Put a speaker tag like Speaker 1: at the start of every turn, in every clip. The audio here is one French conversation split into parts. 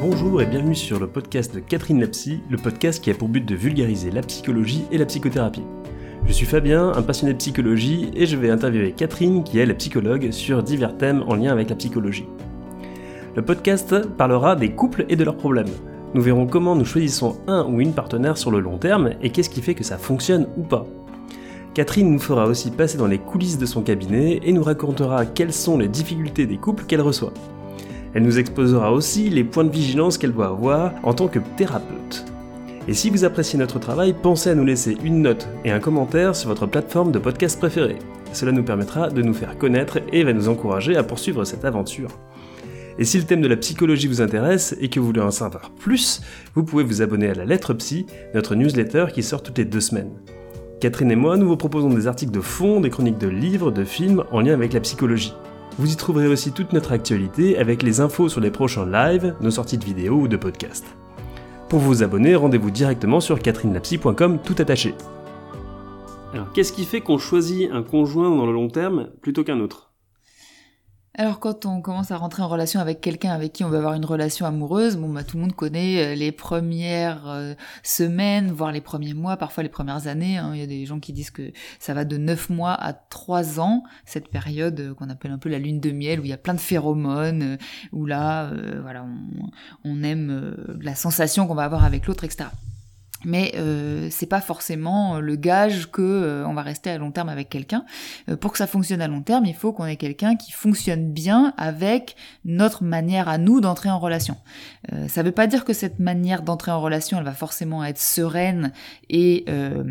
Speaker 1: Bonjour et bienvenue sur le podcast de Catherine la Psy, le podcast qui a pour but de vulgariser la psychologie et la psychothérapie. Je suis Fabien, un passionné de psychologie, et je vais interviewer Catherine, qui elle est psychologue, sur divers thèmes en lien avec la psychologie. Le podcast parlera des couples et de leurs problèmes. Nous verrons comment nous choisissons un ou une partenaire sur le long terme et qu'est-ce qui fait que ça fonctionne ou pas. Catherine nous fera aussi passer dans les coulisses de son cabinet et nous racontera quelles sont les difficultés des couples qu'elle reçoit. Elle nous exposera aussi les points de vigilance qu'elle doit avoir en tant que thérapeute. Et si vous appréciez notre travail, pensez à nous laisser une note et un commentaire sur votre plateforme de podcast préférée. Cela nous permettra de nous faire connaître et va nous encourager à poursuivre cette aventure. Et si le thème de la psychologie vous intéresse et que vous voulez en savoir plus, vous pouvez vous abonner à la Lettre Psy, notre newsletter qui sort toutes les 2 semaines. Catherine et moi, nous vous proposons des articles de fond, des chroniques de livres, de films en lien avec la psychologie. Vous y trouverez aussi toute notre actualité avec les infos sur les prochains lives, nos sorties de vidéos ou de podcasts. Pour vous abonner, rendez-vous directement sur catherinelapsy.com tout attaché. Alors, qu'est-ce qui fait qu'on choisit un conjoint dans le long terme plutôt qu'un autre ?
Speaker 2: Alors quand on commence à rentrer en relation avec quelqu'un avec qui on va avoir une relation amoureuse, tout le monde connaît les premières semaines, voire les premiers mois, parfois les premières années. Il y a des gens qui disent que ça va de 9 mois à 3 ans, cette période qu'on appelle un peu la lune de miel, où il y a plein de phéromones, où là, on aime la sensation qu'on va avoir avec l'autre, etc. Mais c'est pas forcément le gage que on va rester à long terme avec quelqu'un. Pour que ça fonctionne à long terme, il faut qu'on ait quelqu'un qui fonctionne bien avec notre manière à nous d'entrer en relation. Ça veut pas dire que cette manière d'entrer en relation, elle va forcément être sereine et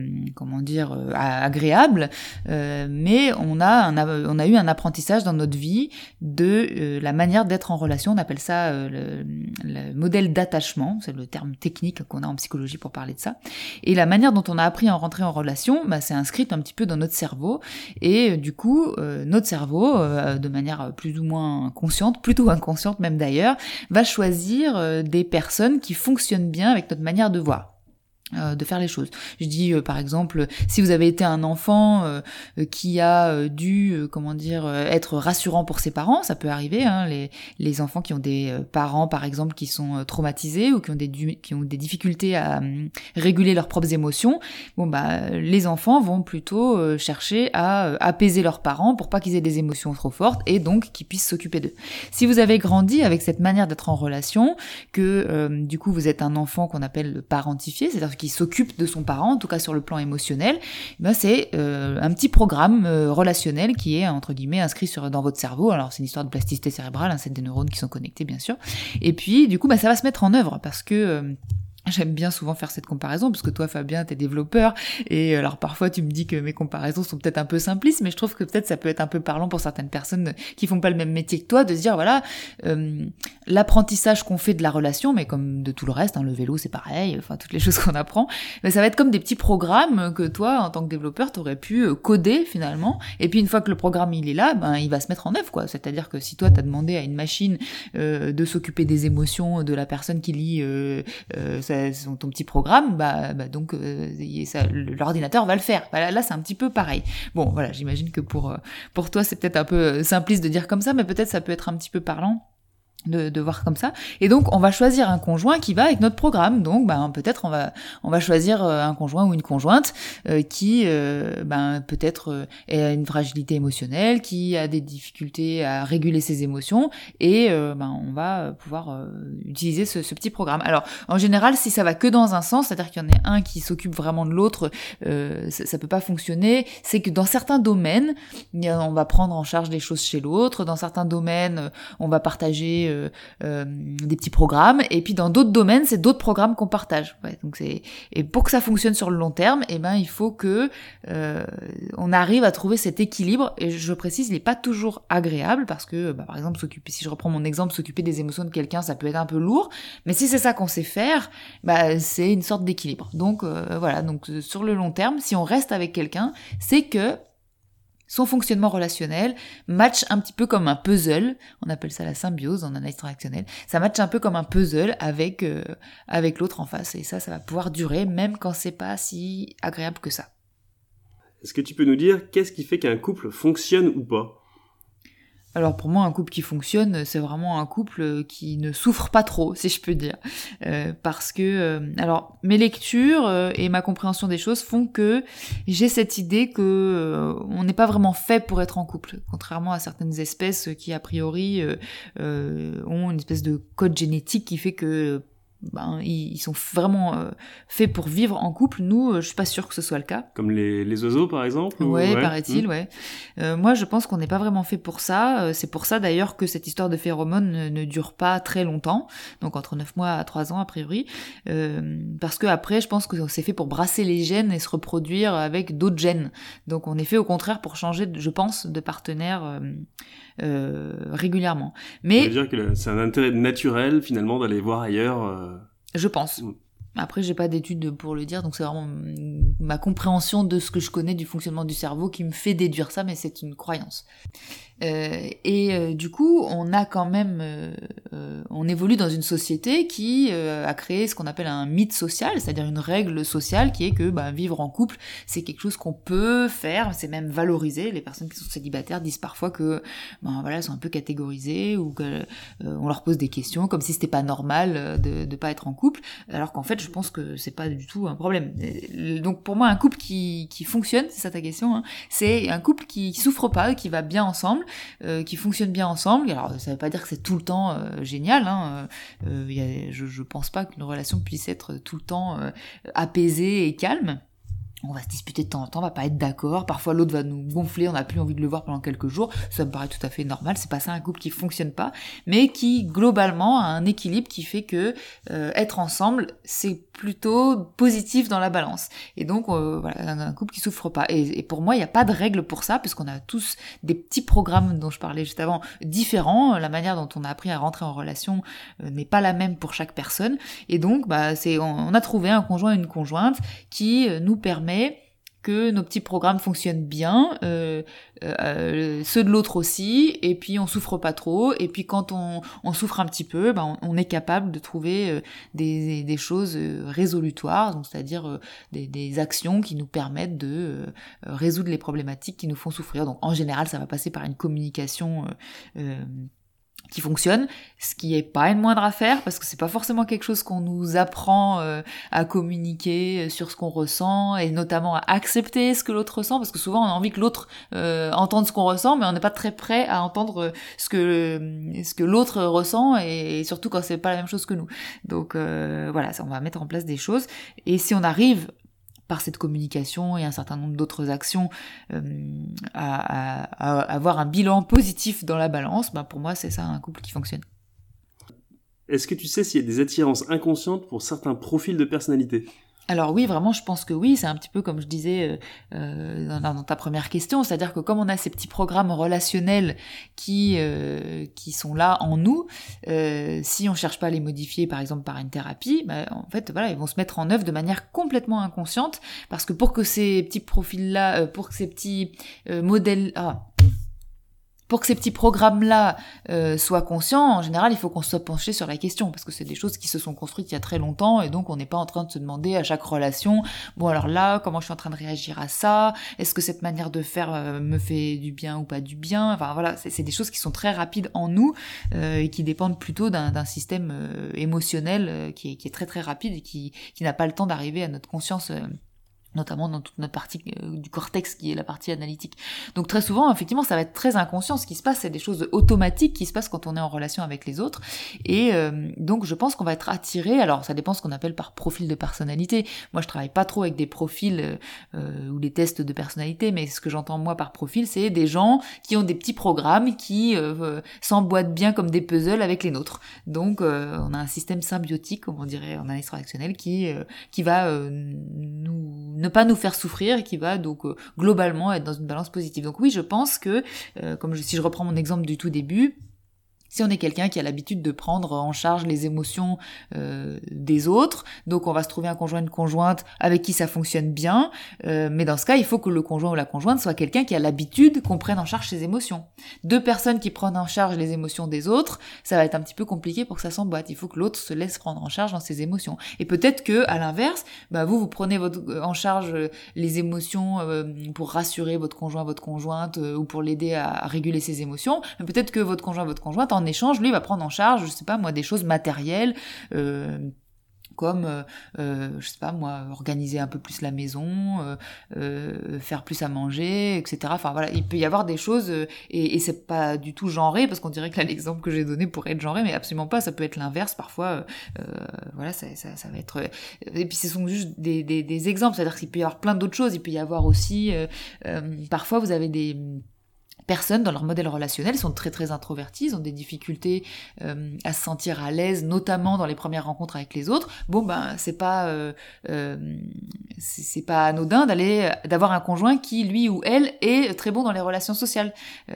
Speaker 2: agréable, mais on a eu un apprentissage dans notre vie de la manière d'être en relation. On appelle ça le modèle d'attachement, c'est le terme technique qu'on a en psychologie pour parler de ça. Et la manière dont on a appris à rentrer en relation, c'est inscrit un petit peu dans notre cerveau. Et du coup, notre cerveau, de manière plus ou moins consciente, plutôt inconsciente même d'ailleurs, va choisir des personnes qui fonctionnent bien avec notre manière de voir. De faire les choses. Je dis par exemple, si vous avez été un enfant qui a dû être rassurant pour ses parents, ça peut arriver, les enfants qui ont des parents par exemple qui sont traumatisés ou qui ont des difficultés à réguler leurs propres émotions, les enfants vont plutôt chercher à apaiser leurs parents pour pas qu'ils aient des émotions trop fortes et donc qu'ils puissent s'occuper d'eux. Si vous avez grandi avec cette manière d'être en relation, que du coup vous êtes un enfant qu'on appelle le parentifié, c'est-à-dire qui s'occupe de son parent, en tout cas sur le plan émotionnel, c'est un petit programme relationnel qui est, entre guillemets, inscrit dans votre cerveau. Alors, c'est une histoire de plasticité cérébrale, c'est des neurones qui sont connectés, bien sûr. Et puis, du coup, ça va se mettre en œuvre parce que... J'aime bien souvent faire cette comparaison, parce que toi, Fabien, t'es développeur, et alors parfois tu me dis que mes comparaisons sont peut-être un peu simplistes, mais je trouve que peut-être ça peut être un peu parlant pour certaines personnes qui font pas le même métier que toi, de se dire, l'apprentissage qu'on fait de la relation, mais comme de tout le reste, le vélo c'est pareil, toutes les choses qu'on apprend, ça va être comme des petits programmes que toi, en tant que développeur, t'aurais pu coder finalement, et puis une fois que le programme il est là, il va se mettre en œuvre, quoi. C'est-à-dire que si toi t'as demandé à une machine de s'occuper des émotions de la personne qui lit ton petit programme, donc l'ordinateur va le faire. Là, c'est un petit peu pareil. Bon, voilà, j'imagine que pour toi, c'est peut-être un peu simpliste de dire comme ça, mais peut-être ça peut être un petit peu parlant de voir comme ça. Et donc on va choisir un conjoint qui va avec notre programme. Donc peut-être on va choisir un conjoint ou une conjointe qui peut-être a une fragilité émotionnelle, qui a des difficultés à réguler ses émotions, et on va pouvoir utiliser ce petit programme. Alors en général, si ça va que dans un sens, c'est-à-dire qu'il y en a un qui s'occupe vraiment de l'autre, ça peut pas fonctionner. C'est que dans certains domaines, on va prendre en charge les choses chez l'autre. Dans certains domaines, on va partager des petits programmes, et puis dans d'autres domaines c'est d'autres programmes qu'on partage. Et pour que ça fonctionne sur le long terme, il faut que on arrive à trouver cet équilibre. Et je précise, il n'est pas toujours agréable, parce que par exemple si je reprends mon exemple, s'occuper des émotions de quelqu'un, ça peut être un peu lourd, mais si c'est ça qu'on sait faire, c'est une sorte d'équilibre. Donc sur le long terme, si on reste avec quelqu'un, c'est que son fonctionnement relationnel match un petit peu comme un puzzle, on appelle ça la symbiose en analyse transactionnelle, ça match un peu comme un puzzle avec l'autre en face, et ça va pouvoir durer même quand c'est pas si agréable que ça.
Speaker 1: Est-ce que tu peux nous dire qu'est-ce qui fait qu'un couple fonctionne ou pas ?
Speaker 2: Alors pour moi, un couple qui fonctionne, c'est vraiment un couple qui ne souffre pas trop, si je peux dire. Parce que, alors, mes lectures et ma compréhension des choses font que j'ai cette idée que on n'est pas vraiment fait pour être en couple, contrairement à certaines espèces qui, a priori, ont une espèce de code génétique qui fait que ils sont vraiment faits pour vivre en couple. Nous, je suis pas sûre que ce soit le cas.
Speaker 1: Comme les oiseaux, par exemple?
Speaker 2: Ouais, paraît-il, ouais. Moi, je pense qu'on n'est pas vraiment fait pour ça. C'est pour ça, d'ailleurs, que cette histoire de phéromones ne dure pas très longtemps. Donc, entre 9 mois à 3 ans, a priori. Parce que après, je pense que c'est fait pour brasser les gènes et se reproduire avec d'autres gènes. Donc, on est fait, au contraire, pour changer, je pense, de partenaire régulièrement. Mais... Ça
Speaker 1: veut dire que c'est un intérêt naturel, finalement, d'aller voir ailleurs
Speaker 2: Je pense. Après, j'ai pas d'études pour le dire, donc c'est vraiment ma compréhension de ce que je connais du fonctionnement du cerveau qui me fait déduire ça, mais c'est une croyance. Du coup, on a quand même, on évolue dans une société qui a créé ce qu'on appelle un mythe social, c'est-à-dire une règle sociale qui est que vivre en couple, c'est quelque chose qu'on peut faire, c'est même valorisé. Les personnes qui sont célibataires disent parfois que, elles sont un peu catégorisées ou que on leur pose des questions comme si c'était pas normal de pas être en couple, alors qu'en fait, je pense que c'est pas du tout un problème. Donc pour moi, un couple qui fonctionne, c'est ça ta question, hein, c'est un couple qui souffre pas, qui va bien ensemble, qui fonctionnent bien ensemble. Alors ça veut pas dire que c'est tout le temps génial, hein. Je pense pas qu'une relation puisse être tout le temps apaisée et calme. On va se disputer de temps en temps, on va pas être d'accord, parfois l'autre va nous gonfler, on n'a plus envie de le voir pendant quelques jours, ça me paraît tout à fait normal, c'est pas ça un couple qui fonctionne pas, mais qui globalement a un équilibre qui fait que être ensemble, c'est plutôt positif dans la balance. Et donc voilà, un couple qui souffre pas. Et pour moi, il n'y a pas de règle pour ça, puisqu'on a tous des petits programmes dont je parlais juste avant, différents, la manière dont on a appris à rentrer en relation n'est pas la même pour chaque personne, et donc on a trouvé un conjoint et une conjointe qui nous permet que nos petits programmes fonctionnent bien, ceux de l'autre aussi, et puis on souffre pas trop, et puis quand on souffre un petit peu, on est capable de trouver des choses résolutoires, donc c'est-à-dire des actions qui nous permettent de résoudre les problématiques qui nous font souffrir. Donc en général, ça va passer par une communication qui fonctionne, ce qui est pas une moindre affaire, parce que c'est pas forcément quelque chose qu'on nous apprend à communiquer sur ce qu'on ressent, et notamment à accepter ce que l'autre ressent, parce que souvent on a envie que l'autre entende ce qu'on ressent, mais on n'est pas très prêt à entendre ce que l'autre ressent, et surtout quand c'est pas la même chose que nous. Donc voilà, on va mettre en place des choses, et si on arrive par cette communication et un certain nombre d'autres actions à avoir un bilan positif dans la balance, pour moi c'est ça un couple qui fonctionne.
Speaker 1: Est-ce que tu sais s'il y a des attirances inconscientes pour certains profils de personnalité ?
Speaker 2: Alors oui, vraiment, je pense que oui, c'est un petit peu comme je disais dans ta première question, c'est-à-dire que comme on a ces petits programmes relationnels qui sont là en nous, si on cherche pas à les modifier, par exemple par une thérapie, en fait, voilà, ils vont se mettre en œuvre de manière complètement inconsciente, parce que pour que ces petits profils-là, pour que ces petits pour que ces petits programmes-là soient conscients, en général, il faut qu'on soit penché sur la question, parce que c'est des choses qui se sont construites il y a très longtemps, et donc on n'est pas en train de se demander à chaque relation, bon alors là, comment je suis en train de réagir à ça, est-ce que cette manière de faire me fait du bien ou pas du bien, enfin voilà, c'est des choses qui sont très rapides en nous, et qui dépendent plutôt d'un système émotionnel qui est très très rapide, et qui n'a pas le temps d'arriver à notre conscience notamment dans toute notre partie du cortex qui est la partie analytique. Donc très souvent, effectivement, ça va être très inconscient ce qui se passe, c'est des choses automatiques qui se passent quand on est en relation avec les autres, et donc je pense qu'on va être attiré, alors ça dépend ce qu'on appelle par profil de personnalité. Moi je travaille pas trop avec des profils ou des tests de personnalité, mais ce que j'entends moi par profil, c'est des gens qui ont des petits programmes qui s'emboîtent bien comme des puzzles avec les nôtres. Donc on a un système symbiotique, comme on dirait en analyse transactionnelle, qui va ne pas nous faire souffrir, et qui va donc globalement être dans une balance positive. Donc oui, je pense que, si je reprends mon exemple du tout début, Si on est quelqu'un qui a l'habitude de prendre en charge les émotions des autres, donc on va se trouver un conjoint, une conjointe avec qui ça fonctionne bien, mais dans ce cas, il faut que le conjoint ou la conjointe soit quelqu'un qui a l'habitude qu'on prenne en charge ses émotions. Deux personnes qui prennent en charge les émotions des autres, ça va être un petit peu compliqué pour que ça s'emboîte. Il faut que l'autre se laisse prendre en charge dans ses émotions. Et peut-être que, à l'inverse, vous prenez en charge les émotions pour rassurer votre conjoint, votre conjointe, ou pour l'aider à réguler ses émotions. Mais peut-être que votre conjoint, votre conjointe, en échange, lui, va prendre en charge, je sais pas moi, des choses matérielles, comme, je sais pas moi, organiser un peu plus la maison, faire plus à manger, etc. Enfin voilà, il peut y avoir des choses, et c'est pas du tout genré, parce qu'on dirait que là, l'exemple que j'ai donné pourrait être genré, mais absolument pas, ça peut être l'inverse, parfois, voilà, ça va être... Et puis ce sont juste des exemples, c'est-à-dire qu'il peut y avoir plein d'autres choses, il peut y avoir aussi, parfois vous avez des personnes dans leur modèle relationnel sont très très introverties, ils ont des difficultés à se sentir à l'aise, notamment dans les premières rencontres avec les autres. C'est pas anodin d'avoir un conjoint qui lui ou elle est très bon dans les relations sociales,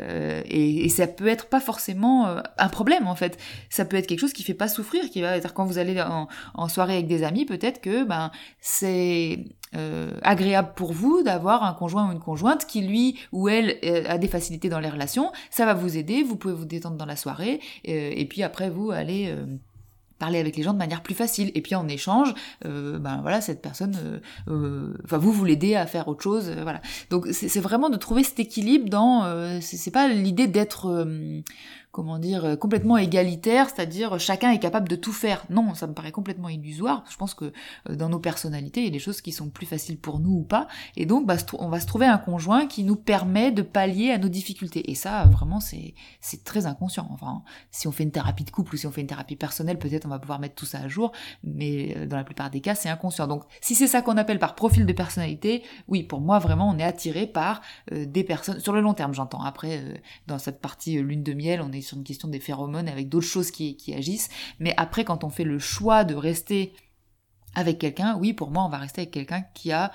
Speaker 2: et ça peut être pas forcément un problème en fait. Ça peut être quelque chose qui fait pas souffrir, qui va être quand vous allez en soirée avec des amis, peut-être que c'est agréable pour vous d'avoir un conjoint ou une conjointe qui lui ou elle a des facilités dans les relations, ça va vous aider, vous pouvez vous détendre dans la soirée, et puis après vous allez parler avec les gens de manière plus facile, et puis en échange cette personne vous l'aidez à faire autre chose, voilà. Donc c'est vraiment de trouver cet équilibre dans c'est pas l'idée d'être complètement égalitaire, c'est-à-dire chacun est capable de tout faire. Non, ça me paraît complètement illusoire. Je pense que dans nos personnalités, il y a des choses qui sont plus faciles pour nous ou pas, et donc on va se trouver un conjoint qui nous permet de pallier à nos difficultés. Et ça, vraiment, c'est très inconscient. Enfin, si on fait une thérapie de couple ou si on fait une thérapie personnelle, peut-être on va pouvoir mettre tout ça à jour, mais dans la plupart des cas, c'est inconscient. Donc, si c'est ça qu'on appelle par profil de personnalité, oui, pour moi, vraiment, on est attiré par des personnes, sur le long terme, j'entends. Après, dans cette partie lune de miel, on est sur une question des phéromones avec d'autres choses qui agissent, mais après quand on fait le choix de rester avec quelqu'un, oui, pour moi on va rester avec quelqu'un qui a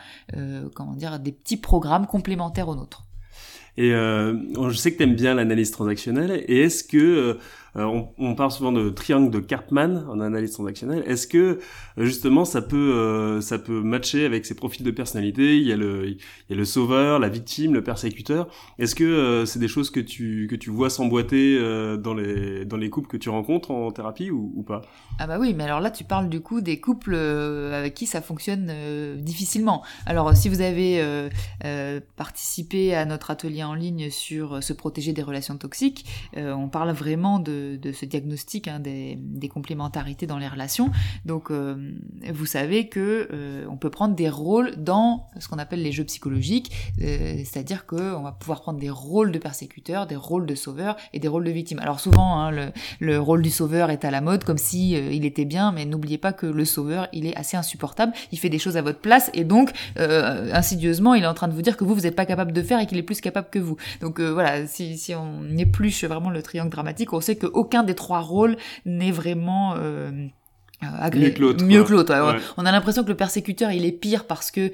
Speaker 2: des petits programmes complémentaires aux nôtres.
Speaker 1: Et je sais que tu aimes bien l'analyse transactionnelle, et est-ce que on parle souvent de triangle de Karpman en analyse transactionnelle. Est-ce que justement ça peut matcher avec ces profils de personnalité? Il y a le sauveur, la victime, le persécuteur. Est-ce que c'est des choses que tu vois s'emboîter dans les couples que tu rencontres en thérapie ou pas?
Speaker 2: Ah bah oui, mais alors là tu parles du coup des couples avec qui ça fonctionne difficilement. Alors si vous avez participé à notre atelier en ligne sur se protéger des relations toxiques, on parle vraiment de ce diagnostic des complémentarités dans les relations. Donc vous savez que on peut prendre des rôles dans ce qu'on appelle les jeux psychologiques, c'est-à-dire que on va pouvoir prendre des rôles de persécuteur, des rôles de sauveur et des rôles de victime. Alors souvent le rôle du sauveur est à la mode comme si il était bien, mais n'oubliez pas que le sauveur il est assez insupportable, il fait des choses à votre place et donc insidieusement il est en train de vous dire que vous n'êtes pas capable de faire et qu'il est plus capable que vous. Donc voilà, si on épluche vraiment le triangle dramatique, on sait que aucun des trois rôles n'est vraiment
Speaker 1: mieux que l'autre.
Speaker 2: Ouais. On a l'impression que le persécuteur il est pire parce que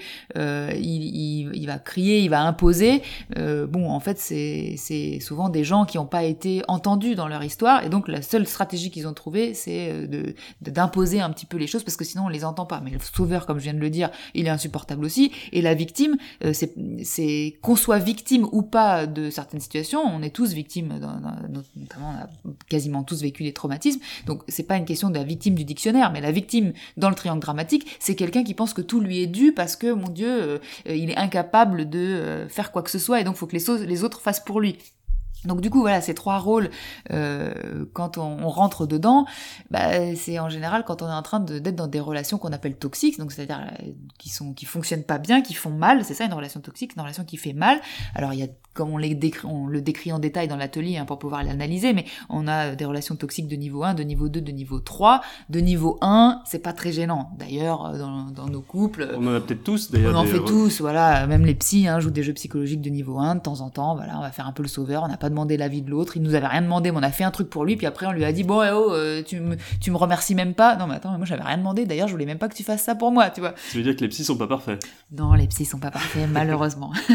Speaker 2: il va crier, il va imposer. En fait c'est souvent des gens qui n'ont pas été entendus dans leur histoire, et donc la seule stratégie qu'ils ont trouvée c'est d'imposer un petit peu les choses parce que sinon on les entend pas. Mais le sauveur, comme je viens de le dire, il est insupportable aussi. Et la victime, c'est qu'on soit victime ou pas de certaines situations, on est tous victimes, notamment on a quasiment tous vécu des traumatismes. Donc c'est pas une question de la victime du dictionnaire, mais la victime dans le triangle dramatique, c'est quelqu'un qui pense que tout lui est dû parce que, mon Dieu, il est incapable de faire quoi que ce soit et donc il faut que les autres fassent pour lui. Donc du coup voilà, ces trois rôles quand on rentre dedans, c'est en général quand on est en train d'être dans des relations qu'on appelle toxiques, donc c'est-à-dire qui fonctionnent pas bien, qui font mal. C'est ça une relation toxique, une relation qui fait mal. Alors il y a, comme on le décrit en détail dans l'atelier pour pouvoir l'analyser, mais on a des relations toxiques de niveau 1, de niveau 2, de niveau 3. De niveau 1, c'est pas très gênant. D'ailleurs, dans nos couples...
Speaker 1: On en a peut-être tous, d'ailleurs.
Speaker 2: On en fait tous, voilà. Même les psys jouent des jeux psychologiques de niveau 1 de temps en temps. Voilà, on va faire un peu le sauveur, on n'a pas demandé l'avis de l'autre, il nous avait rien demandé, mais on a fait un truc pour lui, puis après on lui a dit, tu me remercies même pas. Non mais attends, moi j'avais rien demandé, d'ailleurs je voulais même pas que tu fasses ça pour moi, tu vois.
Speaker 1: Tu veux dire que les psys sont pas parfaits?
Speaker 2: Non, les psys sont pas parfaits, malheureusement.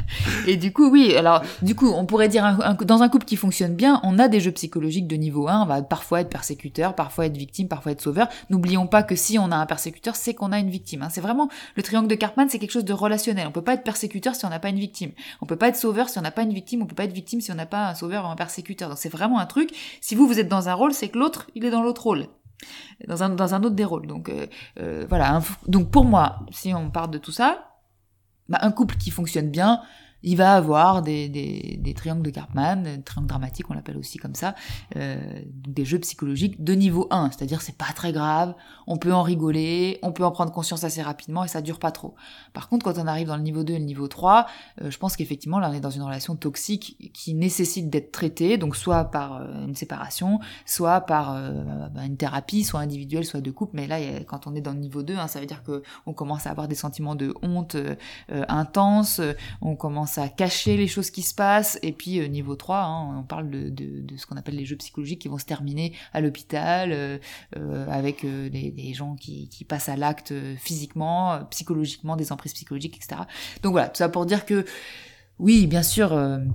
Speaker 2: Et du coup, oui, alors, on pourrait dire, dans un couple qui fonctionne bien, on a des jeux psychologiques de niveau 1, on va parfois être persécuteur, parfois être victime, parfois être sauveur. N'oublions pas que si on a un persécuteur, c'est qu'on a une victime, hein. C'est vraiment, le triangle de Karpman, c'est quelque chose de relationnel. On peut pas être persécuteur si on n'a pas une victime. On peut pas être sauveur si on n'a pas une victime, on peut pas être victime si on n'a pas un sauveur ou un persécuteur. Donc c'est vraiment un truc, si vous êtes dans un rôle, c'est que l'autre, il est dans l'autre rôle. Dans un autre des rôles. Donc, voilà. Donc pour moi, si on part de tout ça, un couple qui fonctionne bien, il va avoir des triangles de Karpman, des triangles dramatiques, on l'appelle aussi comme ça, des jeux psychologiques de niveau 1, c'est-à-dire c'est pas très grave, on peut en rigoler, on peut en prendre conscience assez rapidement et ça dure pas trop. Par contre, quand on arrive dans le niveau 2 et le niveau 3, je pense qu'effectivement, là on est dans une relation toxique qui nécessite d'être traitée, donc soit par une séparation, soit par une thérapie, soit individuelle, soit de couple, mais là, quand on est dans le niveau 2, hein, ça veut dire que on commence à avoir des sentiments de honte intenses, on commence à cacher les choses qui se passent, et puis niveau 3, hein, on parle de ce qu'on appelle les jeux psychologiques qui vont se terminer à l'hôpital, avec des gens qui passent à l'acte physiquement, psychologiquement, des emprises psychologiques, etc. Donc voilà, tout ça pour dire que, oui, bien sûr,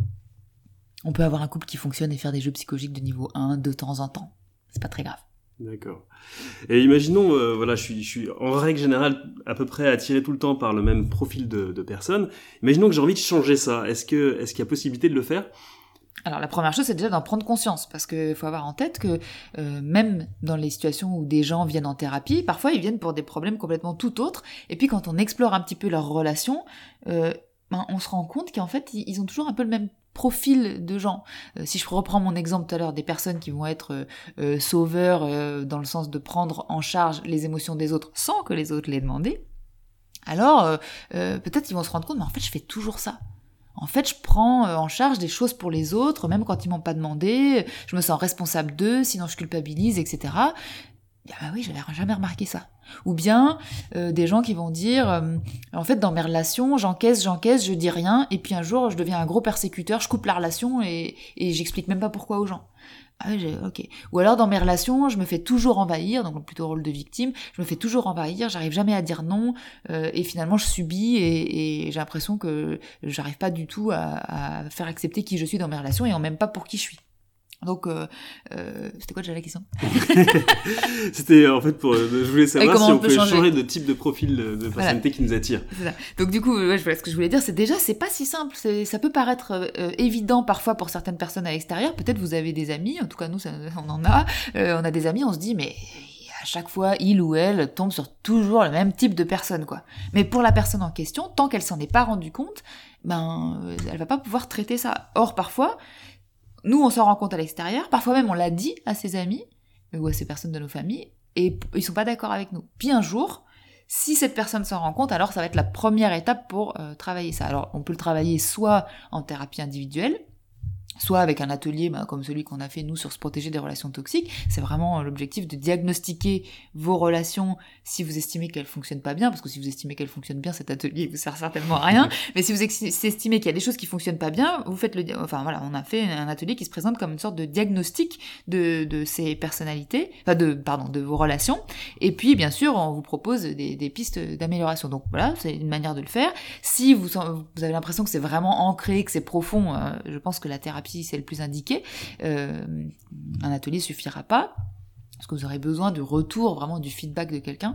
Speaker 2: on peut avoir un couple qui fonctionne et faire des jeux psychologiques de niveau 1 de temps en temps. C'est pas très grave.
Speaker 1: D'accord. Et imaginons, voilà, je suis en règle générale à peu près attiré tout le temps par le même profil de personnes. Imaginons que j'ai envie de changer ça. Est-ce qu'il y a possibilité de le faire ?
Speaker 2: Alors la première chose, c'est déjà d'en prendre conscience, parce qu'il faut avoir en tête que même dans les situations où des gens viennent en thérapie, parfois ils viennent pour des problèmes complètement tout autres, et puis quand on explore un petit peu leur relation, on se rend compte qu'en fait, ils ont toujours un peu le même profil de gens. Si je reprends mon exemple tout à l'heure des personnes qui vont être sauveurs dans le sens de prendre en charge les émotions des autres sans que les autres l'aient demandé, alors peut-être qu'ils vont se rendre compte, mais en fait je fais toujours ça. En fait, je prends en charge des choses pour les autres, même quand ils m'ont pas demandé, je me sens responsable d'eux, sinon je culpabilise, etc. Ah bah oui, j'avais jamais remarqué ça. Ou bien des gens qui vont dire en fait dans mes relations j'encaisse, je dis rien, et puis un jour je deviens un gros persécuteur, je coupe la relation et j'explique même pas pourquoi aux gens. Ah oui, ok. Ou alors dans mes relations je me fais toujours envahir, donc plutôt rôle de victime, je me fais toujours envahir, j'arrive jamais à dire non, et finalement je subis et j'ai l'impression que j'arrive pas du tout à faire accepter qui je suis dans mes relations et en même pas pour qui je suis. Donc, c'était quoi déjà la question ?
Speaker 1: C'était en fait je voulais savoir si on pouvait changer de type de profil de personnalité qui nous attire.
Speaker 2: C'est ça. Donc du coup, ce que je voulais dire, c'est déjà, c'est pas si simple. Ça peut paraître évident parfois pour certaines personnes à l'extérieur. Peut-être vous avez des amis, en tout cas nous, on en a. On a des amis, on se dit, mais à chaque fois, il ou elle tombe sur toujours le même type de personne, quoi. Mais pour la personne en question, tant qu'elle s'en est pas rendue compte, elle va pas pouvoir traiter ça. Or, parfois, nous, on s'en rend compte à l'extérieur, parfois même on l'a dit à ses amis, ou à ces personnes de nos familles, et ils sont pas d'accord avec nous. Puis un jour, si cette personne s'en rend compte, alors ça va être la première étape pour travailler ça. Alors, on peut le travailler soit en thérapie individuelle, soit avec un atelier comme celui qu'on a fait nous sur se protéger des relations toxiques. C'est vraiment l'objectif de diagnostiquer vos relations si vous estimez qu'elles fonctionnent pas bien, parce que si vous estimez qu'elles fonctionnent bien, cet atelier vous sert certainement à rien. Mais si vous estimez qu'il y a des choses qui fonctionnent pas bien, vous faites on a fait un atelier qui se présente comme une sorte de diagnostic de ces personnalités, de vos relations. Et puis bien sûr, on vous propose des pistes d'amélioration. Donc voilà, c'est une manière de le faire. Si vous avez l'impression que c'est vraiment ancré, que c'est profond, je pense que la thérapie c'est le plus indiqué. Un atelier suffira pas, parce que vous aurez besoin du retour, vraiment du feedback de quelqu'un.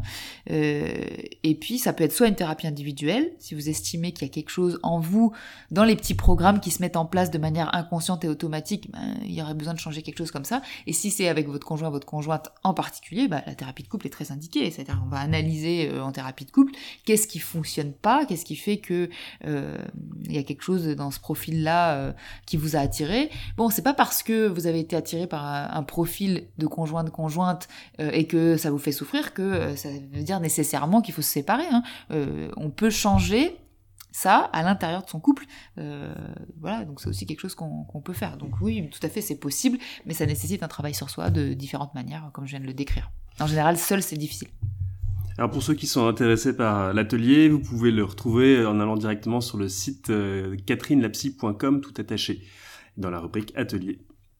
Speaker 2: Et puis, ça peut être soit une thérapie individuelle, si vous estimez qu'il y a quelque chose en vous, dans les petits programmes qui se mettent en place de manière inconsciente et automatique, il y aurait besoin de changer quelque chose comme ça. Et si c'est avec votre conjoint, votre conjointe en particulier, la thérapie de couple est très indiquée. C'est-à-dire qu'on va analyser en thérapie de couple qu'est-ce qui fonctionne pas, qu'est-ce qui fait que il y a quelque chose dans ce profil-là qui vous a attiré. Bon, c'est pas parce que vous avez été attiré par un profil de conjoint de conjointe et que ça vous fait souffrir que ça veut dire nécessairement qu'il faut se séparer. On peut changer ça à l'intérieur de son couple. Voilà, donc c'est aussi quelque chose qu'on peut faire. Donc oui, tout à fait, c'est possible, mais ça nécessite un travail sur soi de différentes manières, comme je viens de le décrire. En général, seul, c'est difficile.
Speaker 1: Alors pour ceux qui sont intéressés par l'atelier, vous pouvez le retrouver en allant directement sur le site catherinelapsy.com, tout attaché, dans la rubrique atelier.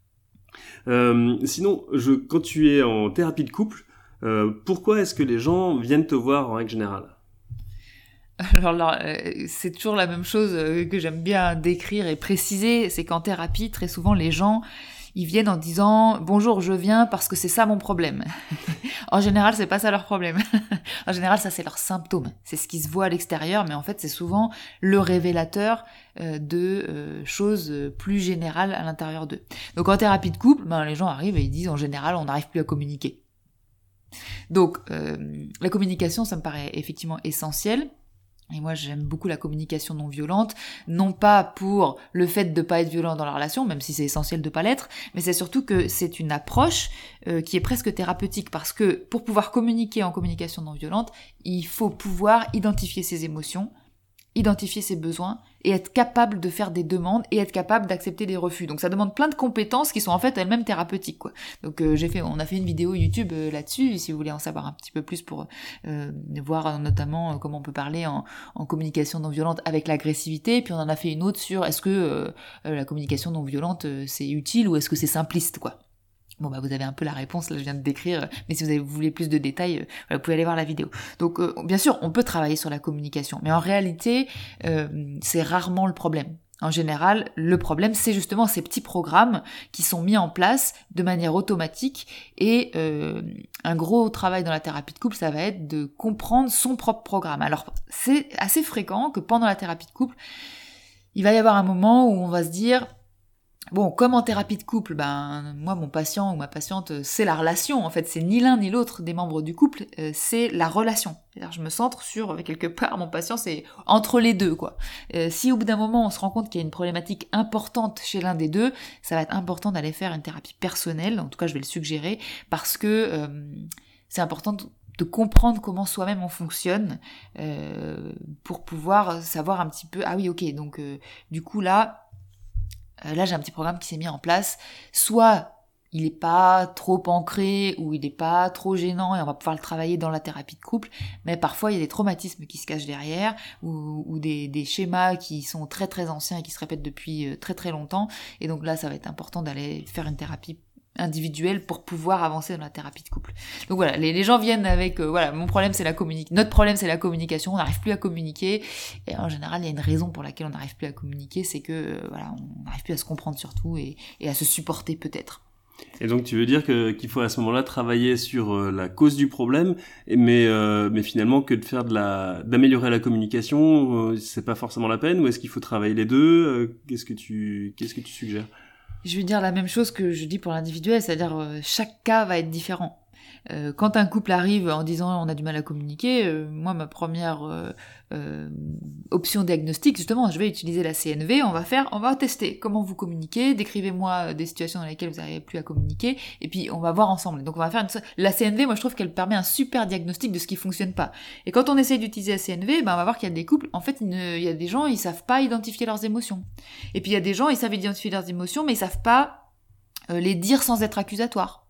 Speaker 1: Sinon, quand tu es en thérapie de couple, pourquoi est-ce que les gens viennent te voir en règle générale ?
Speaker 2: Alors, c'est toujours la même chose que j'aime bien décrire et préciser, c'est qu'en thérapie, très souvent, les gens, ils viennent en disant « Bonjour, je viens parce que c'est ça mon problème ». En général, c'est pas ça leur problème. En général, ça, c'est leur symptôme. C'est ce qui se voit à l'extérieur, mais en fait, c'est souvent le révélateur de choses plus générales à l'intérieur d'eux. Donc, en thérapie de couple, les gens arrivent et ils disent « En général, on n'arrive plus à communiquer ». Donc, la communication, ça me paraît effectivement essentiel. Et moi, j'aime beaucoup la communication non violente, non pas pour le fait de pas être violent dans la relation, même si c'est essentiel de pas l'être, mais c'est surtout que c'est une approche qui est presque thérapeutique, parce que pour pouvoir communiquer en communication non violente, il faut pouvoir identifier ses émotions, identifier ses besoins, et être capable de faire des demandes, et être capable d'accepter des refus. Donc ça demande plein de compétences qui sont en fait elles-mêmes thérapeutiques, quoi. Donc on a fait une vidéo YouTube là-dessus, si vous voulez en savoir un petit peu plus pour voir notamment comment on peut parler en communication non violente avec l'agressivité, puis on en a fait une autre sur est-ce que la communication non violente c'est utile ou est-ce que c'est simpliste, quoi. Bon, vous avez un peu la réponse, là je viens de décrire, mais si vous voulez plus de détails, vous pouvez aller voir la vidéo. Donc bien sûr, on peut travailler sur la communication, mais en réalité, c'est rarement le problème. En général, le problème, c'est justement ces petits programmes qui sont mis en place de manière automatique, et un gros travail dans la thérapie de couple, ça va être de comprendre son propre programme. Alors, c'est assez fréquent que pendant la thérapie de couple, il va y avoir un moment où on va se dire... Bon, comme en thérapie de couple, moi, mon patient ou ma patiente, c'est la relation. En fait, c'est ni l'un ni l'autre des membres du couple, c'est la relation. C'est-à-dire, je me centre sur, quelque part, mon patient, c'est entre les deux, quoi. Si au bout d'un moment, on se rend compte qu'il y a une problématique importante chez l'un des deux, ça va être important d'aller faire une thérapie personnelle. En tout cas, je vais le suggérer, parce que c'est important de comprendre comment soi-même on fonctionne, pour pouvoir savoir un petit peu, ah oui, ok, donc du coup là j'ai un petit programme qui s'est mis en place, soit il n'est pas trop ancré ou il n'est pas trop gênant et on va pouvoir le travailler dans la thérapie de couple, mais parfois il y a des traumatismes qui se cachent derrière ou des schémas qui sont très très anciens et qui se répètent depuis très très longtemps, et donc là ça va être important d'aller faire une thérapie individuelle pour pouvoir avancer dans la thérapie de couple. Donc voilà, les gens viennent avec mon problème c'est la communication, notre problème c'est la communication, on n'arrive plus à communiquer, et en général il y a une raison pour laquelle on n'arrive plus à communiquer, c'est que on n'arrive plus à se comprendre surtout et à se supporter peut-être.
Speaker 1: Et donc tu veux dire qu'il faut à ce moment-là travailler sur la cause du problème, mais finalement que de faire d'améliorer la communication, c'est pas forcément la peine, ou est-ce qu'il faut travailler les deux? Qu'est-ce que tu suggères?
Speaker 2: Je vais dire la même chose que je dis pour l'individuel, c'est-à-dire chaque cas va être différent. Quand un couple arrive en disant on a du mal à communiquer, moi ma première option diagnostique, justement, je vais utiliser la CNV, on va tester comment vous communiquez, décrivez-moi des situations dans lesquelles vous n'arrivez plus à communiquer, et puis on va voir ensemble. Donc on va faire la CNV, moi je trouve qu'elle permet un super diagnostic de ce qui fonctionne pas. Et quand on essaye d'utiliser la CNV, on va voir qu'il y a des couples, en fait il y a des gens, ils savent pas identifier leurs émotions. Et puis il y a des gens, ils savent identifier leurs émotions, mais ils savent pas les dire sans être accusateur,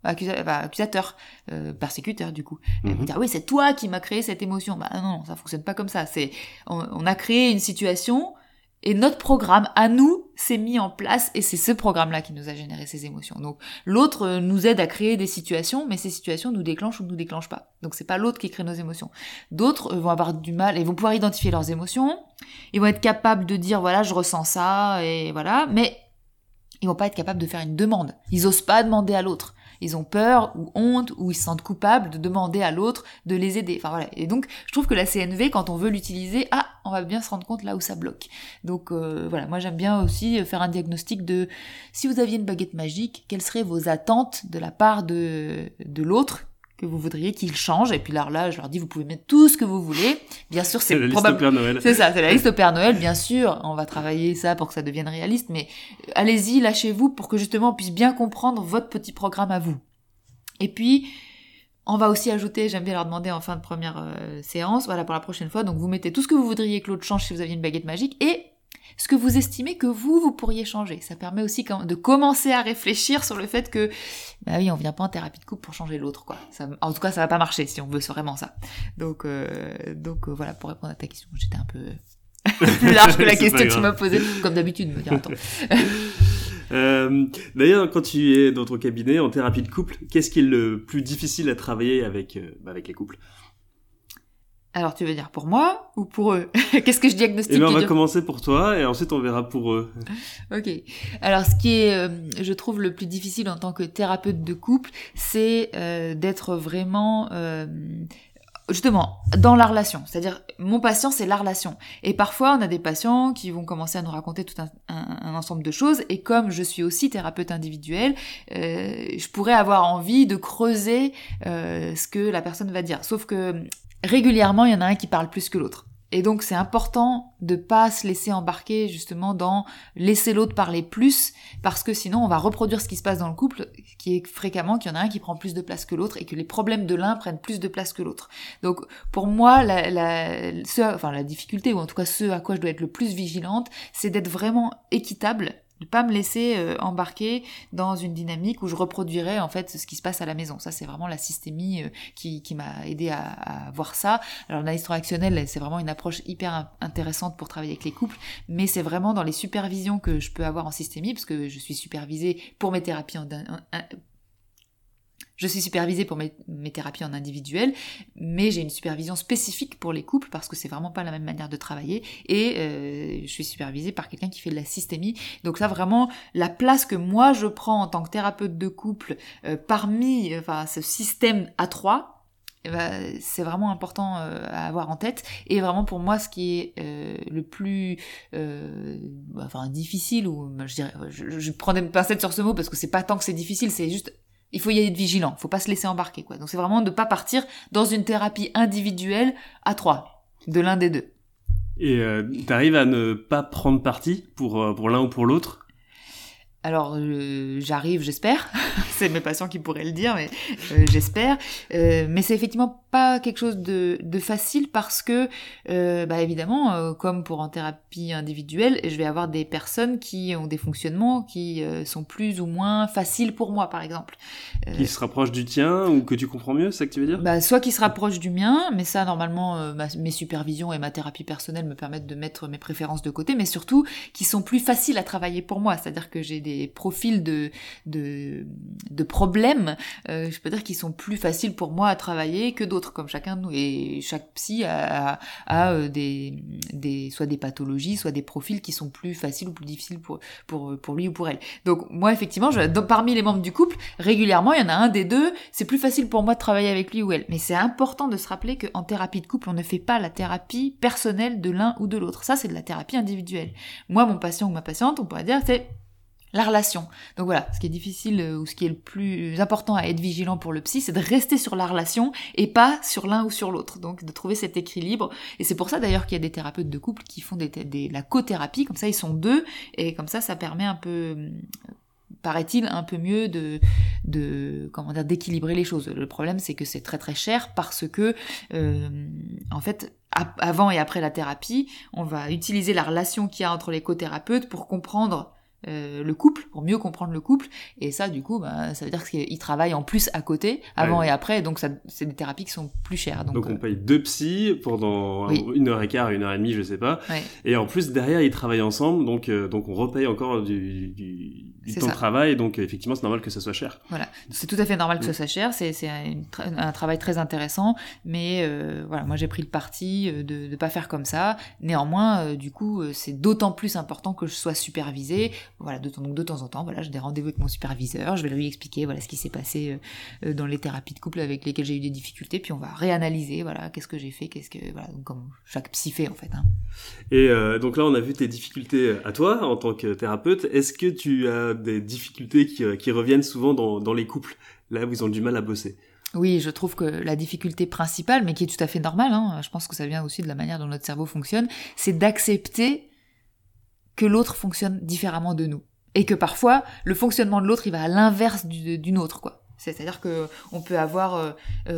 Speaker 2: persécuteur du coup. Vous dire oui c'est toi qui m'as créé cette émotion. Non, ça fonctionne pas comme ça. C'est on a créé une situation et notre programme à nous s'est mis en place et c'est ce programme-là qui nous a généré ces émotions. Donc l'autre nous aide à créer des situations, mais ces situations nous déclenchent ou nous déclenchent pas. Donc c'est pas l'autre qui crée nos émotions. D'autres vont avoir du mal et vont pouvoir identifier leurs émotions. Ils vont être capables de dire voilà je ressens ça et voilà, mais ils vont pas être capables de faire une demande. Ils osent pas demander à l'autre. Ils ont peur ou honte ou ils se sentent coupables de demander à l'autre de les aider. Enfin voilà. Et donc je trouve que la CNV, quand on veut l'utiliser, on va bien se rendre compte là où ça bloque. Donc voilà, moi j'aime bien aussi faire un diagnostic de si vous aviez une baguette magique, quelles seraient vos attentes de la part de l'autre que vous voudriez qu'il change, et puis là, je leur dis, vous pouvez mettre tout ce que vous voulez. Bien sûr, c'est
Speaker 1: la liste au Père Noël.
Speaker 2: C'est ça, c'est la liste au Père Noël, bien sûr. On va travailler ça pour que ça devienne réaliste, mais allez-y, lâchez-vous pour que justement on puisse bien comprendre votre petit programme à vous. Et puis, on va aussi ajouter, j'aime bien leur demander en fin de première séance, voilà, pour la prochaine fois, donc vous mettez tout ce que vous voudriez que l'autre change si vous aviez une baguette magique, et ce que vous estimez que vous pourriez changer. Ça permet aussi de commencer à réfléchir sur le fait que, oui, on vient pas en thérapie de couple pour changer l'autre, quoi. En tout cas, ça va pas marcher si on veut vraiment ça. Donc voilà, pour répondre à ta question, j'étais un peu plus large que la question que tu m'as posée, comme d'habitude, me dire, attends.
Speaker 1: D'ailleurs, quand tu es dans ton cabinet en thérapie de couple, qu'est-ce qui est le plus difficile à travailler avec les couples ?
Speaker 2: Alors, tu veux dire pour moi ou pour eux? Qu'est-ce que je diagnostique?
Speaker 1: Eh bien, on va commencer pour toi et ensuite on verra pour eux.
Speaker 2: Ok. Alors, ce qui est, je trouve, le plus difficile en tant que thérapeute de couple, c'est d'être vraiment... justement, dans la relation. C'est-à-dire, mon patient, c'est la relation. Et parfois, on a des patients qui vont commencer à nous raconter tout un ensemble de choses. Et comme je suis aussi thérapeute individuel, je pourrais avoir envie de creuser ce que la personne va dire. Sauf que régulièrement, il y en a un qui parle plus que l'autre. Et donc, c'est important de pas se laisser embarquer justement dans laisser l'autre parler plus, parce que sinon, on va reproduire ce qui se passe dans le couple, qui est fréquemment qu'il y en a un qui prend plus de place que l'autre et que les problèmes de l'un prennent plus de place que l'autre. Donc, pour moi, la difficulté, ou en tout cas ce à quoi je dois être le plus vigilante, c'est d'être vraiment équitable, de pas me laisser embarquer dans une dynamique où je reproduirais en fait ce qui se passe à la maison. Ça, c'est vraiment la systémie qui m'a aidé à voir ça. Alors l'analyse transactionnelle, c'est vraiment une approche hyper intéressante pour travailler avec les couples, mais c'est vraiment dans les supervisions que je peux avoir en systémie, parce que je suis supervisée pour mes thérapies Je suis supervisée pour mes thérapies en individuel, mais j'ai une supervision spécifique pour les couples parce que c'est vraiment pas la même manière de travailler, et je suis supervisée par quelqu'un qui fait de la systémie. Donc ça, vraiment, la place que moi je prends en tant que thérapeute de couple parmi ce système à 3, c'est vraiment important à avoir en tête. Et vraiment pour moi, ce qui est le plus difficile, ou je dirais, je prends des pincettes sur ce mot parce que c'est pas tant que c'est difficile, c'est juste il faut y être vigilant, faut pas se laisser embarquer, quoi. Donc c'est vraiment de pas partir dans une thérapie individuelle à 3, de l'un des deux.
Speaker 1: Et t'arrives à ne pas prendre parti pour l'un ou pour l'autre?
Speaker 2: Alors, j'arrive, j'espère. C'est mes patients qui pourraient le dire, mais j'espère. Mais c'est effectivement pas quelque chose de facile parce que, évidemment, comme pour en thérapie individuelle, je vais avoir des personnes qui ont des fonctionnements qui sont plus ou moins faciles pour moi, par exemple.
Speaker 1: Qui se rapprochent du tien ou que tu comprends mieux, c'est ça que tu veux dire?
Speaker 2: Soit qui se rapprochent du mien, mais ça, normalement, mes supervisions et ma thérapie personnelle me permettent de mettre mes préférences de côté, mais surtout qui sont plus faciles à travailler pour moi. C'est-à-dire que j'ai des profils de problèmes, je peux dire qu'ils sont plus faciles pour moi à travailler que d'autres, comme chacun de nous. Et chaque psy a soit des pathologies, soit des profils qui sont plus faciles ou plus difficiles pour lui ou pour elle. Donc moi, effectivement, parmi les membres du couple, régulièrement, il y en a un des deux, c'est plus facile pour moi de travailler avec lui ou elle. Mais c'est important de se rappeler qu'en thérapie de couple, on ne fait pas la thérapie personnelle de l'un ou de l'autre. Ça, c'est de la thérapie individuelle. Moi, mon patient ou ma patiente, on pourrait dire, c'est la relation. Donc voilà, ce qui est difficile ou ce qui est le plus important à être vigilant pour le psy, c'est de rester sur la relation et pas sur l'un ou sur l'autre. Donc de trouver cet équilibre. Et c'est pour ça d'ailleurs qu'il y a des thérapeutes de couple qui font la cothérapie, comme ça ils sont deux, et comme ça permet un peu, paraît-il, un peu mieux d'équilibrer les choses. Le problème, c'est que c'est très très cher parce que en fait, avant et après la thérapie, on va utiliser la relation qu'il y a entre les cothérapeutes pour comprendre le couple, pour mieux comprendre le couple, et ça du coup ça veut dire qu'ils travaillent en plus à côté, avant et après, donc ça, c'est des thérapies qui sont plus chères. Donc
Speaker 1: on paye 2 psys pendant 1h15, 1h30, je sais pas, et en plus derrière ils travaillent ensemble, donc on repaye encore du temps de travail, donc effectivement c'est normal que ça soit cher. Voilà,
Speaker 2: c'est tout à fait normal que ça soit cher, c'est un travail très intéressant, mais moi j'ai pris le parti de pas faire comme ça. Néanmoins, du coup, c'est d'autant plus important que je sois supervisée. Voilà, de temps en temps, j'ai des rendez-vous avec mon superviseur, je vais lui expliquer ce qui s'est passé dans les thérapies de couple avec lesquelles j'ai eu des difficultés, puis on va réanalyser, qu'est-ce que j'ai fait, donc comme chaque psy fait en fait.
Speaker 1: Et donc là, on a vu tes difficultés à toi en tant que thérapeute. Est-ce que tu as des difficultés qui reviennent souvent dans les couples, là où ils ont du mal à bosser?
Speaker 2: Oui, je trouve que la difficulté principale, mais qui est tout à fait normale, je pense que ça vient aussi de la manière dont notre cerveau fonctionne, c'est d'accepter que l'autre fonctionne différemment de nous. Et que parfois, le fonctionnement de l'autre, il va à l'inverse du nôtre, quoi. C'est-à-dire que on peut avoir,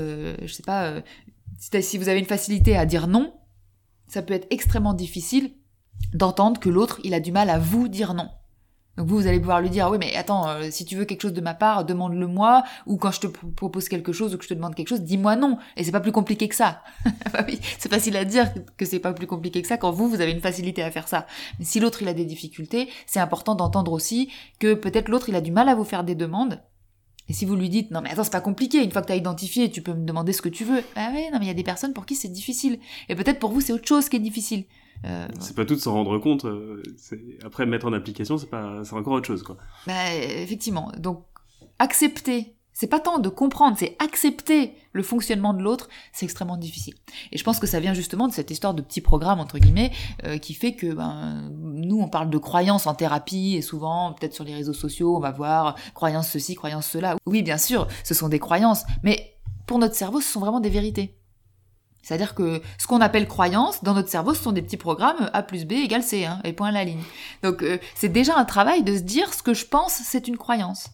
Speaker 2: si vous avez une facilité à dire non, ça peut être extrêmement difficile d'entendre que l'autre, il a du mal à vous dire non. Donc vous allez pouvoir lui dire, oui, mais attends, si tu veux quelque chose de ma part, demande-le moi, ou quand je te propose quelque chose ou que je te demande quelque chose, dis-moi non. Et c'est pas plus compliqué que ça. Oui, c'est facile à dire que c'est pas plus compliqué que ça quand vous avez une facilité à faire ça. Mais si l'autre, il a des difficultés, c'est important d'entendre aussi que peut-être l'autre, il a du mal à vous faire des demandes, Et si vous lui dites, non mais attends, c'est pas compliqué, une fois que tu as identifié, tu peux me demander ce que tu veux. Ah ouais, non mais il y a des personnes pour qui c'est difficile. Et peut-être pour vous, c'est autre chose qui est difficile.
Speaker 1: C'est pas tout de s'en rendre compte. Après, mettre en application, c'est encore autre chose, quoi.
Speaker 2: Effectivement. Donc, accepter. C'est pas tant de comprendre, c'est accepter le fonctionnement de l'autre, c'est extrêmement difficile. Et je pense que ça vient justement de cette histoire de petit programme, entre guillemets, qui fait que nous, on parle de croyances en thérapie, et souvent, peut-être sur les réseaux sociaux, on va voir croyances ceci, croyances cela. Oui, bien sûr, ce sont des croyances, mais pour notre cerveau, ce sont vraiment des vérités. C'est-à-dire que ce qu'on appelle croyances, dans notre cerveau, ce sont des petits programmes A plus B égale C, hein, et point à la ligne. Donc, c'est déjà un travail de se dire ce que je pense, c'est une croyance.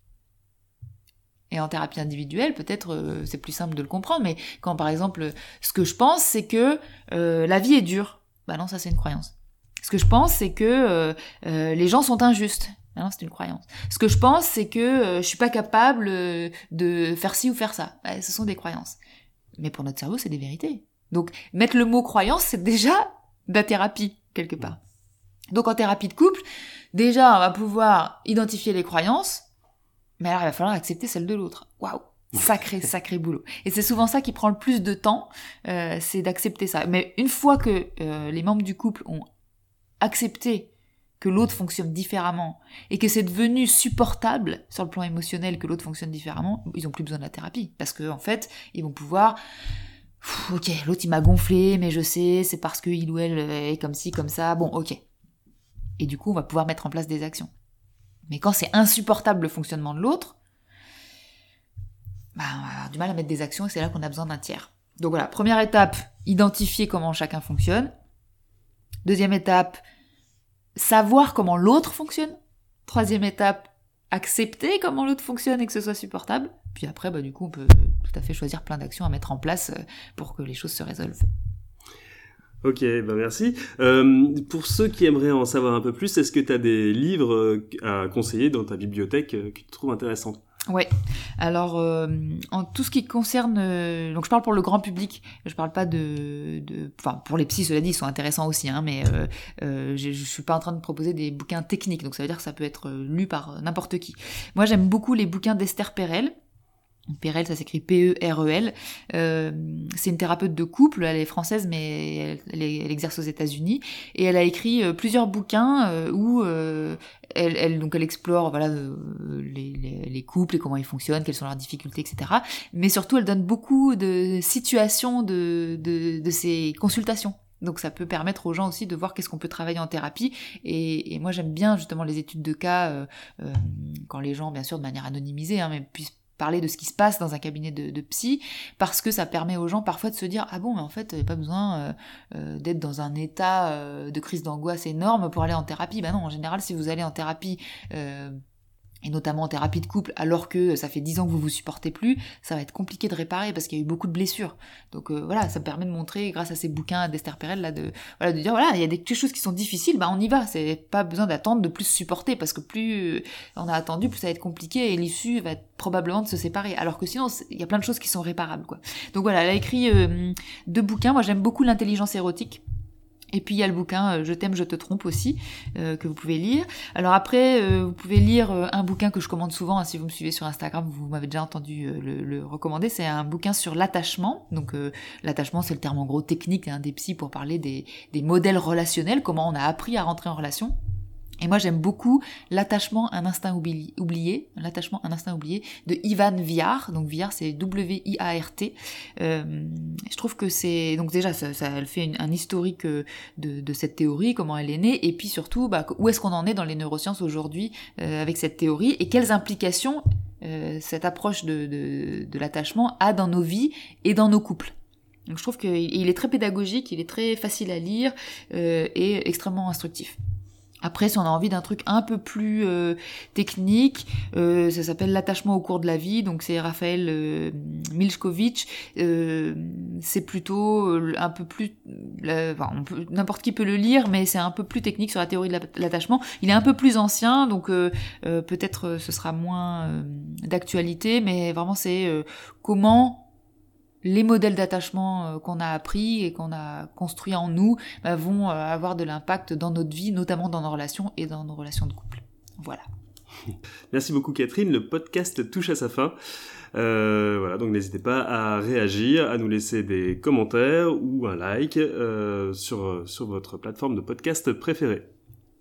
Speaker 2: Et en thérapie individuelle, peut-être c'est plus simple de le comprendre, mais quand par exemple, ce que je pense, c'est que la vie est dure, bah non, ça c'est une croyance. Ce que je pense, c'est que les gens sont injustes, bah non, c'est une croyance. Ce que je pense, c'est que je suis pas capable de faire ci ou faire ça, bah, ce sont des croyances. Mais pour notre cerveau, c'est des vérités. Donc mettre le mot croyance, c'est déjà de la thérapie, quelque part. Donc en thérapie de couple, déjà on va pouvoir identifier les croyances, mais alors il va falloir accepter celle de l'autre. Waouh, sacré boulot. Et c'est souvent ça qui prend le plus de temps, c'est d'accepter ça. Mais une fois que les membres du couple ont accepté que l'autre fonctionne différemment et que c'est devenu supportable sur le plan émotionnel que l'autre fonctionne différemment, ils ont plus besoin de la thérapie parce que en fait, ils vont pouvoir ok, l'autre il m'a gonflé, mais je sais, c'est parce que il ou elle est comme ci, comme ça, bon, ok. Et du coup, on va pouvoir mettre en place des actions. Mais quand c'est insupportable le fonctionnement de l'autre, on va avoir du mal à mettre des actions et c'est là qu'on a besoin d'un tiers. Donc voilà, première étape, identifier comment chacun fonctionne. Deuxième étape, savoir comment l'autre fonctionne. Troisième étape, accepter comment l'autre fonctionne et que ce soit supportable. Puis après, du coup, on peut tout à fait choisir plein d'actions à mettre en place pour que les choses se résolvent.
Speaker 1: Ok, merci. Pour ceux qui aimeraient en savoir un peu plus, est-ce que tu as des livres à conseiller dans ta bibliothèque que tu trouves intéressants ?
Speaker 2: Ouais. Alors, en tout ce qui concerne, donc je parle pour le grand public, je parle pas enfin pour les psys, cela dit, ils sont intéressants aussi, hein, mais je suis pas en train de proposer des bouquins techniques, donc ça veut dire que ça peut être lu par n'importe qui. Moi, j'aime beaucoup les bouquins d'Esther Perel. Perel, ça s'écrit P-E-R-E-L. C'est une thérapeute de couple, elle est française, mais elle exerce aux États-Unis, et elle a écrit plusieurs bouquins où elle explore les couples et comment ils fonctionnent, quelles sont leurs difficultés, etc. Mais surtout, elle donne beaucoup de situations de ces consultations. Donc ça peut permettre aux gens aussi de voir qu'est-ce qu'on peut travailler en thérapie. Et moi, j'aime bien justement les études de cas quand les gens, bien sûr, de manière anonymisée, mais puissent parler de ce qui se passe dans un cabinet de psy, parce que ça permet aux gens parfois de se dire « Ah bon, mais en fait, il n'y a pas besoin d'être dans un état de crise d'angoisse énorme pour aller en thérapie. » Non, en général, si vous allez en thérapie, et notamment en thérapie de couple, alors que ça fait 10 ans que vous vous supportez plus, ça va être compliqué de réparer parce qu'il y a eu beaucoup de blessures. Donc ça me permet de montrer, grâce à ces bouquins d'Esther Perel, de dire voilà, il y a des choses qui sont difficiles, on y va. C'est pas besoin d'attendre de plus supporter, parce que plus on a attendu, plus ça va être compliqué et l'issue va être probablement de se séparer. Alors que sinon, il y a plein de choses qui sont réparables, quoi. Donc voilà, elle a écrit 2 bouquins. Moi, j'aime beaucoup l'intelligence érotique. Et puis il y a le bouquin Je t'aime, je te trompe aussi, que vous pouvez lire. Alors après, vous pouvez lire un bouquin que je commande souvent, hein, si vous me suivez sur Instagram, vous m'avez déjà entendu le recommander, c'est un bouquin sur l'attachement. Donc l'attachement, c'est le terme en gros technique des psys pour parler des modèles relationnels, comment on a appris à rentrer en relation. Et moi, j'aime beaucoup L'attachement, un instinct oublié, L'attachement, un instinct oublié, de Ivan Viard. Donc Viard, c'est W-I-A-R-T. Je trouve que c'est... Donc déjà, elle fait un historique de cette théorie, comment elle est née, et puis surtout, où est-ce qu'on en est dans les neurosciences aujourd'hui avec cette théorie, et quelles implications cette approche de l'attachement a dans nos vies et dans nos couples. Donc je trouve qu'il est très pédagogique, il est très facile à lire et extrêmement instructif. Après, si on a envie d'un truc un peu plus technique, ça s'appelle L'attachement au cours de la vie, donc c'est Raphaël Milchkovitch. C'est plutôt un peu plus... n'importe qui peut le lire, mais c'est un peu plus technique sur la théorie de l'attachement. Il est un peu plus ancien, donc peut-être ce sera moins d'actualité, mais vraiment c'est comment... les modèles d'attachement qu'on a appris et qu'on a construits en nous vont avoir de l'impact dans notre vie, notamment dans nos relations et dans nos relations de couple. Voilà.
Speaker 1: Merci beaucoup Catherine, le podcast touche à sa fin. Voilà, donc n'hésitez pas à réagir, à nous laisser des commentaires ou un like sur votre plateforme de podcast préférée.